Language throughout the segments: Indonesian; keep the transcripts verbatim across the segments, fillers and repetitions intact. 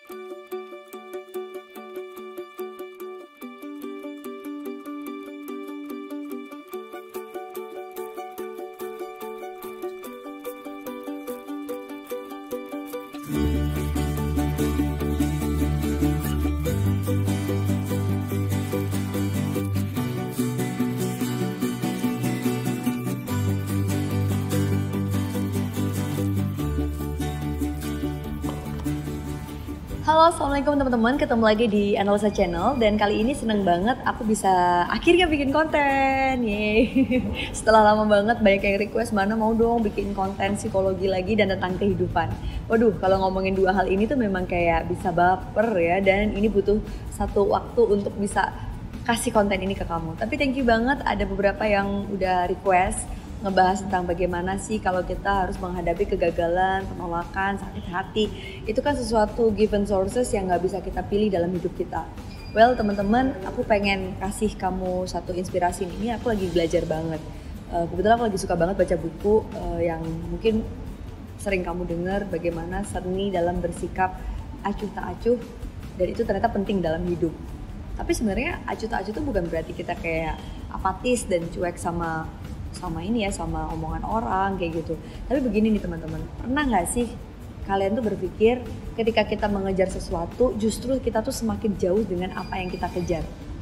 Halo, assalamualaikum teman-teman, ketemu lagi di Analisa Channel. Dan kali ini seneng banget aku bisa akhirnya bikin konten. Yeay. Setelah lama banget banyak yang request, mana mau dong bikin konten psikologi lagi dan tentang kehidupan. Waduh, kalau ngomongin dua hal ini tuh memang kayak bisa baper ya. Dan ini butuh satu waktu untuk bisa kasih konten ini ke kamu. Tapi thank you banget, ada beberapa yang udah request ngebahas tentang bagaimana sih kalau kita harus menghadapi kegagalan, penolakan, sakit hati. Itu kan sesuatu given sources yang gak bisa kita pilih dalam hidup kita. Well teman-teman, aku pengen kasih kamu satu inspirasi ini. Aku lagi belajar banget. Uh, kebetulan aku lagi suka banget baca buku uh, yang mungkin sering kamu dengar, bagaimana seni dalam bersikap acuh tak acuh. Dan itu ternyata penting dalam hidup. Tapi sebenarnya acuh tak acuh itu bukan berarti kita kayak apatis dan cuek sama sama ini ya, sama omongan orang kayak gitu. Tapi begini nih teman-teman, pernah nggak sih kalian tuh berpikir ketika kita mengejar sesuatu justru kita tuh semakin jauh dengan apa yang kita kejar?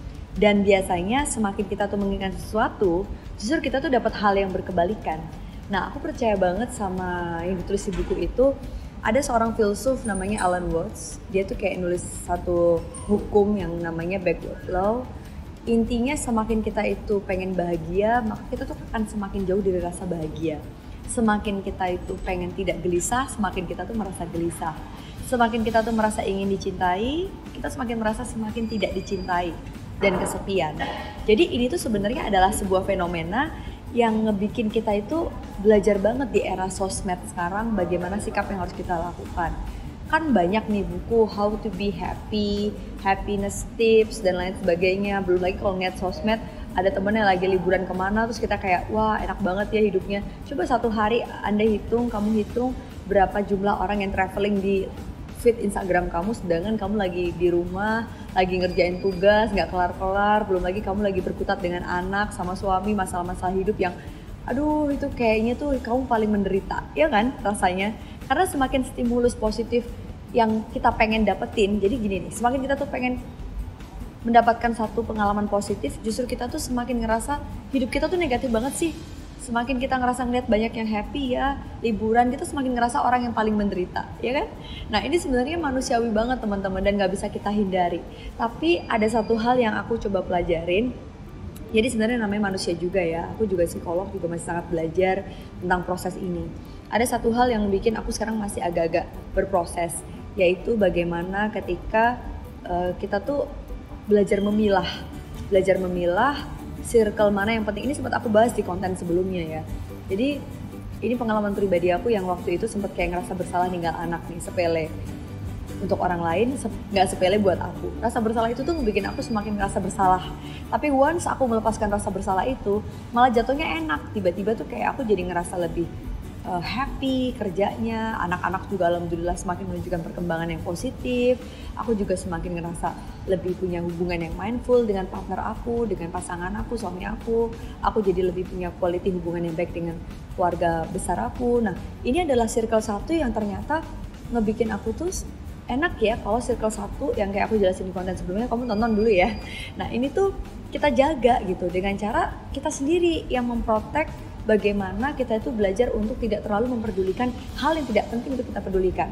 Dan biasanya semakin kita tuh menginginkan sesuatu, justru kita tuh dapat hal yang berkebalikan. Nah, aku percaya banget sama yang ditulis di buku itu. Ada seorang filsuf namanya Alan Watts, dia tuh kayak nulis satu hukum yang namanya backward law. Intinya semakin kita itu pengen bahagia, maka kita tuh akan semakin jauh dari rasa bahagia. Semakin kita itu pengen tidak gelisah, semakin kita tuh merasa gelisah. Semakin kita tuh merasa ingin dicintai, kita semakin merasa semakin tidak dicintai dan kesepian. Jadi ini tuh sebenarnya adalah sebuah fenomena yang ngebikin kita itu belajar banget di era sosmed sekarang bagaimana sikap yang harus kita lakukan. Kan banyak nih buku how to be happy, happiness tips dan lain sebagainya. Belum lagi kalau ngeliat sosmed ada temen yang lagi liburan kemana terus kita kayak wah enak banget ya hidupnya. Coba satu hari Anda hitung, kamu hitung berapa jumlah orang yang traveling di feed Instagram kamu sedangkan kamu lagi di rumah, lagi ngerjain tugas, gak kelar-kelar. Belum lagi kamu lagi berkutat dengan anak sama suami, masalah-masalah hidup yang aduh itu kayaknya tuh kamu paling menderita, ya kan rasanya? Karena semakin stimulus positif yang kita pengen dapetin, jadi gini nih, semakin kita tuh pengen mendapatkan satu pengalaman positif, justru kita tuh semakin ngerasa hidup kita tuh negatif banget sih. Semakin kita ngerasa ngeliat banyak yang happy ya, liburan, kita semakin ngerasa orang yang paling menderita, ya kan? Nah ini sebenarnya manusiawi banget teman-teman dan gak bisa kita hindari. Tapi ada satu hal yang aku coba pelajarin. Jadi sebenarnya namanya manusia juga ya, aku juga psikolog juga masih sangat belajar tentang proses ini. Ada satu hal yang bikin aku sekarang masih agak-agak berproses, yaitu bagaimana ketika uh, kita tuh belajar memilah, belajar memilah circle mana yang penting. Ini sempat aku bahas di konten sebelumnya ya. Jadi ini pengalaman pribadi aku yang waktu itu sempat kayak ngerasa bersalah ninggal anak nih, sepele. Untuk orang lain nggak sepele buat aku. Rasa bersalah itu tuh bikin aku semakin ngerasa bersalah. Tapi once aku melepaskan rasa bersalah itu, malah jatuhnya enak. Tiba-tiba tuh kayak aku jadi ngerasa lebih uh, happy kerjanya. Anak-anak juga alhamdulillah semakin menunjukkan perkembangan yang positif. Aku juga semakin ngerasa lebih punya hubungan yang mindful dengan partner aku, dengan pasangan aku, suami aku. Aku jadi lebih punya quality hubungan yang baik dengan keluarga besar aku. Nah, ini adalah circle satu yang ternyata ngebikin aku tuh enak ya. Kalau circle satu yang kayak aku jelasin di konten sebelumnya, kamu tonton dulu ya. Nah ini tuh kita jaga gitu dengan cara kita sendiri yang memprotek bagaimana kita itu belajar untuk tidak terlalu memperdulikan hal yang tidak penting untuk kita pedulikan.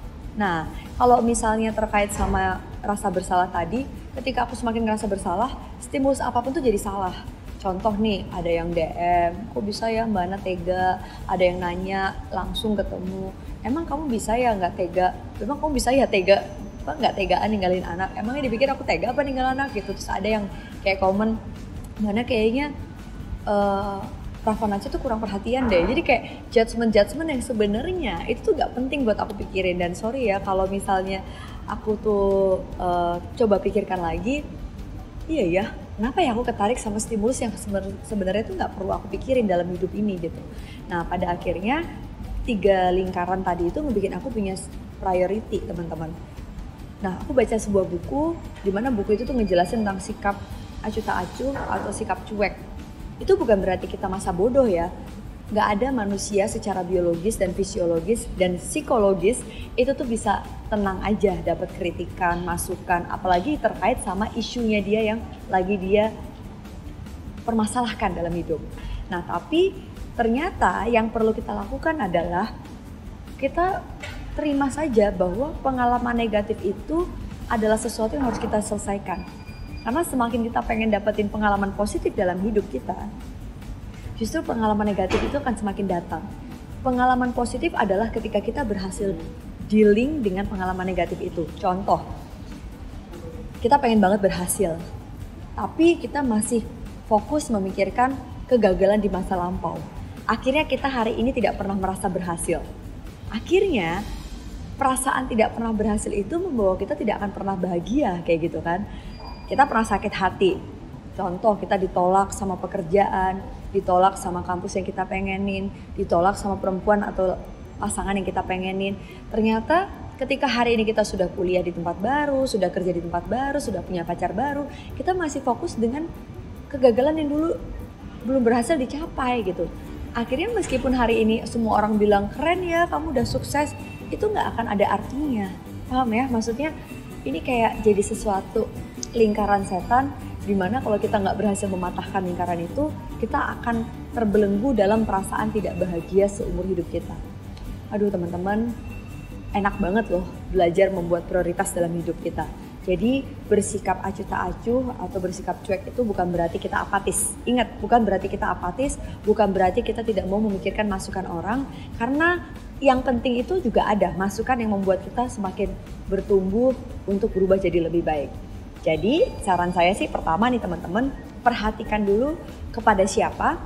Nah kalau misalnya terkait sama rasa bersalah tadi, ketika aku semakin ngerasa bersalah, stimulus apapun tuh jadi salah. Contoh nih, ada yang D M, kok bisa ya Mbak Ana tega? Ada yang nanya, langsung ketemu, emang kamu bisa ya nggak tega? Emang kamu bisa ya tega? Apa nggak tegaan ninggalin anak? Emangnya dipikir aku tega apa ninggal anak gitu? Terus ada yang kayak komen, mana kayaknya uh, Rafa Naca tuh kurang perhatian deh. Jadi kayak judgement-judgement yang sebenarnya itu tuh nggak penting buat aku pikirin. Dan sorry ya kalau misalnya aku tuh uh, coba pikirkan lagi, iya ya, kenapa ya aku ketarik sama stimulus yang sebenarnya itu nggak perlu aku pikirin dalam hidup ini gitu. Nah pada akhirnya tiga lingkaran tadi itu ngebikin aku punya priority teman-teman. Nah, aku baca sebuah buku di mana buku itu tuh ngejelasin tentang sikap acuh tak acuh atau sikap cuek. Itu bukan berarti kita masa bodoh ya. Nggak ada manusia secara biologis dan fisiologis dan psikologis itu tuh bisa tenang aja dapat kritikan, masukan, apalagi terkait sama isunya dia yang lagi dia permasalahkan dalam hidup. Nah, tapi ternyata yang perlu kita lakukan adalah kita terima saja bahwa pengalaman negatif itu adalah sesuatu yang harus kita selesaikan. Karena semakin kita pengen dapetin pengalaman positif dalam hidup kita, justru pengalaman negatif itu akan semakin datang. Pengalaman positif adalah ketika kita berhasil dealing dengan pengalaman negatif itu. Contoh, kita pengen banget berhasil, tapi kita masih fokus memikirkan kegagalan di masa lampau. Akhirnya kita hari ini tidak pernah merasa berhasil. Akhirnya perasaan tidak pernah berhasil itu membawa kita tidak akan pernah bahagia kayak gitu kan. Kita pernah sakit hati. Contoh, kita ditolak sama pekerjaan, ditolak sama kampus yang kita pengenin, ditolak sama perempuan atau pasangan yang kita pengenin. Ternyata ketika hari ini kita sudah kuliah di tempat baru, sudah kerja di tempat baru, sudah punya pacar baru, kita masih fokus dengan kegagalan yang dulu belum berhasil dicapai gitu. Akhirnya meskipun hari ini semua orang bilang keren ya, kamu udah sukses, itu nggak akan ada artinya. Paham ya? Maksudnya ini kayak jadi sesuatu lingkaran setan, dimana kalau kita nggak berhasil mematahkan lingkaran itu, kita akan terbelenggu dalam perasaan tidak bahagia seumur hidup kita. Aduh teman-teman, enak banget loh belajar membuat prioritas dalam hidup kita. Jadi bersikap acuh tak acuh atau bersikap cuek itu bukan berarti kita apatis. Ingat, bukan berarti kita apatis, bukan berarti kita tidak mau memikirkan masukan orang, karena yang penting itu juga ada masukan yang membuat kita semakin bertumbuh untuk berubah jadi lebih baik. Jadi saran saya sih pertama nih teman-teman, perhatikan dulu kepada siapa,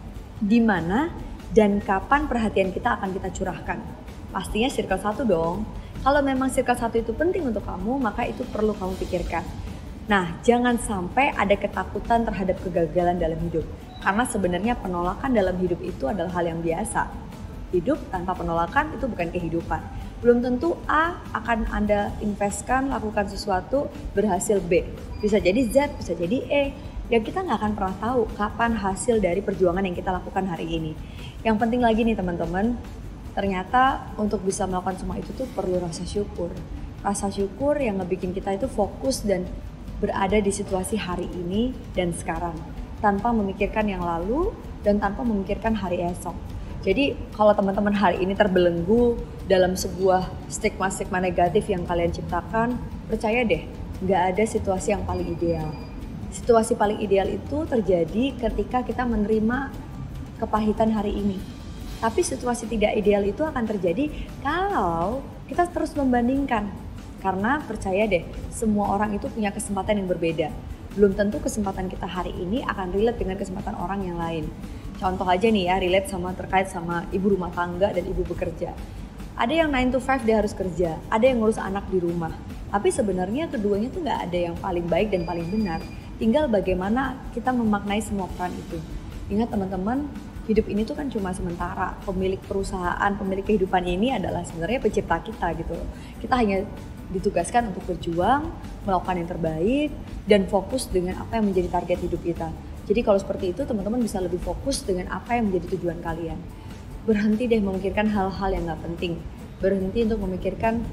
di mana, dan kapan perhatian kita akan kita curahkan. Pastinya circle satu dong. Kalau memang circle satu itu penting untuk kamu, maka itu perlu kamu pikirkan. Nah, jangan sampai ada ketakutan terhadap kegagalan dalam hidup. Karena sebenarnya penolakan dalam hidup itu adalah hal yang biasa. Hidup tanpa penolakan itu bukan kehidupan. Belum tentu A akan Anda investkan, lakukan sesuatu, berhasil B. Bisa jadi Z, bisa jadi E. Ya kita nggak akan pernah tahu kapan hasil dari perjuangan yang kita lakukan hari ini. Yang penting lagi nih teman-teman, ternyata untuk bisa melakukan semua itu tuh perlu rasa syukur. Rasa syukur yang ngebikin kita itu fokus dan berada di situasi hari ini dan sekarang. Tanpa memikirkan yang lalu dan tanpa memikirkan hari esok. Jadi kalau teman-teman hari ini terbelenggu dalam sebuah stigma-stigma negatif yang kalian ciptakan, percaya deh, nggak ada situasi yang paling ideal. Situasi paling ideal itu terjadi ketika kita menerima kepahitan hari ini. Tapi situasi tidak ideal itu akan terjadi kalau kita terus membandingkan. Karena percaya deh, semua orang itu punya kesempatan yang berbeda. Belum tentu kesempatan kita hari ini akan relate dengan kesempatan orang yang lain. Contoh aja nih ya, relate sama terkait sama ibu rumah tangga dan ibu bekerja. Ada yang nine to five dia harus kerja, ada yang ngurus anak di rumah. Tapi sebenarnya keduanya tuh nggak ada yang paling baik dan paling benar. Tinggal bagaimana kita memaknai semua peran itu. Ingat teman-teman, hidup ini tuh kan cuma sementara. Pemilik perusahaan, pemilik kehidupan ini adalah sebenarnya pencipta kita gitu. Kita hanya ditugaskan untuk berjuang, melakukan yang terbaik, dan fokus dengan apa yang menjadi target hidup kita. Jadi kalau seperti itu teman-teman bisa lebih fokus dengan apa yang menjadi tujuan kalian. Berhenti deh memikirkan hal-hal yang gak penting. Berhenti untuk memikirkan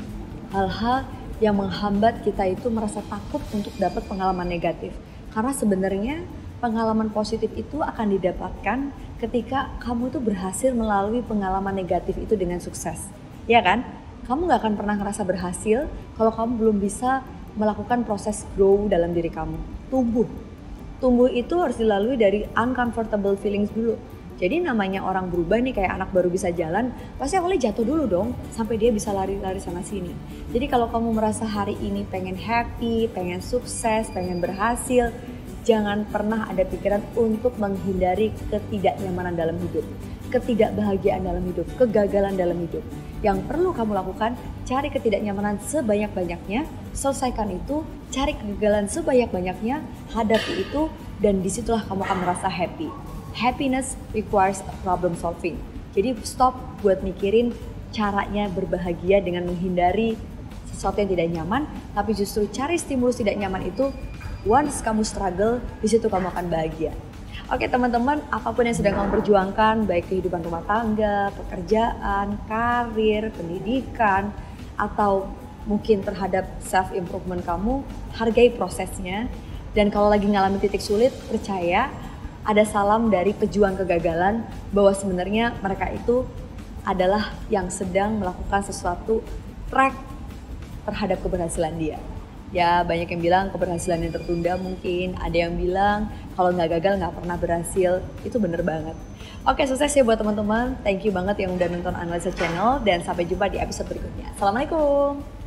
hal-hal yang menghambat kita itu merasa takut untuk dapat pengalaman negatif. Karena sebenarnya pengalaman positif itu akan didapatkan ketika kamu tuh berhasil melalui pengalaman negatif itu dengan sukses. Ya kan? Kamu gak akan pernah ngerasa berhasil kalau kamu belum bisa melakukan proses grow dalam diri kamu. Tumbuh. Tumbuh itu harus dilalui dari uncomfortable feelings dulu. Jadi namanya orang berubah nih, kayak anak baru bisa jalan, pasti awalnya jatuh dulu dong sampai dia bisa lari-lari sana sini. Jadi kalau kamu merasa hari ini pengen happy, pengen sukses, pengen berhasil, jangan pernah ada pikiran untuk menghindari ketidaknyamanan dalam hidup, ketidakbahagiaan dalam hidup, kegagalan dalam hidup. Yang perlu kamu lakukan, cari ketidaknyamanan sebanyak-banyaknya, selesaikan itu, cari kegagalan sebanyak-banyaknya, hadapi itu, dan disitulah kamu akan merasa happy. Happiness requires problem solving. Jadi stop buat mikirin caranya berbahagia dengan menghindari sesuatu yang tidak nyaman, tapi justru cari stimulus tidak nyaman itu, once kamu struggle, di situ kamu akan bahagia. Oke teman-teman, apapun yang sedang kamu perjuangkan, baik kehidupan rumah tangga, pekerjaan, karir, pendidikan, atau mungkin terhadap self improvement kamu, hargai prosesnya. Dan kalau lagi ngalamin titik sulit, percaya ada salam dari pejuang kegagalan bahwa sebenarnya mereka itu adalah yang sedang melakukan sesuatu track terhadap keberhasilan dia. Ya banyak yang bilang keberhasilan yang tertunda mungkin, ada yang bilang kalau nggak gagal nggak pernah berhasil, itu bener banget. Oke sukses ya buat teman-teman, thank you banget yang udah nonton Analisa Channel dan sampai jumpa di episode berikutnya. Assalamualaikum.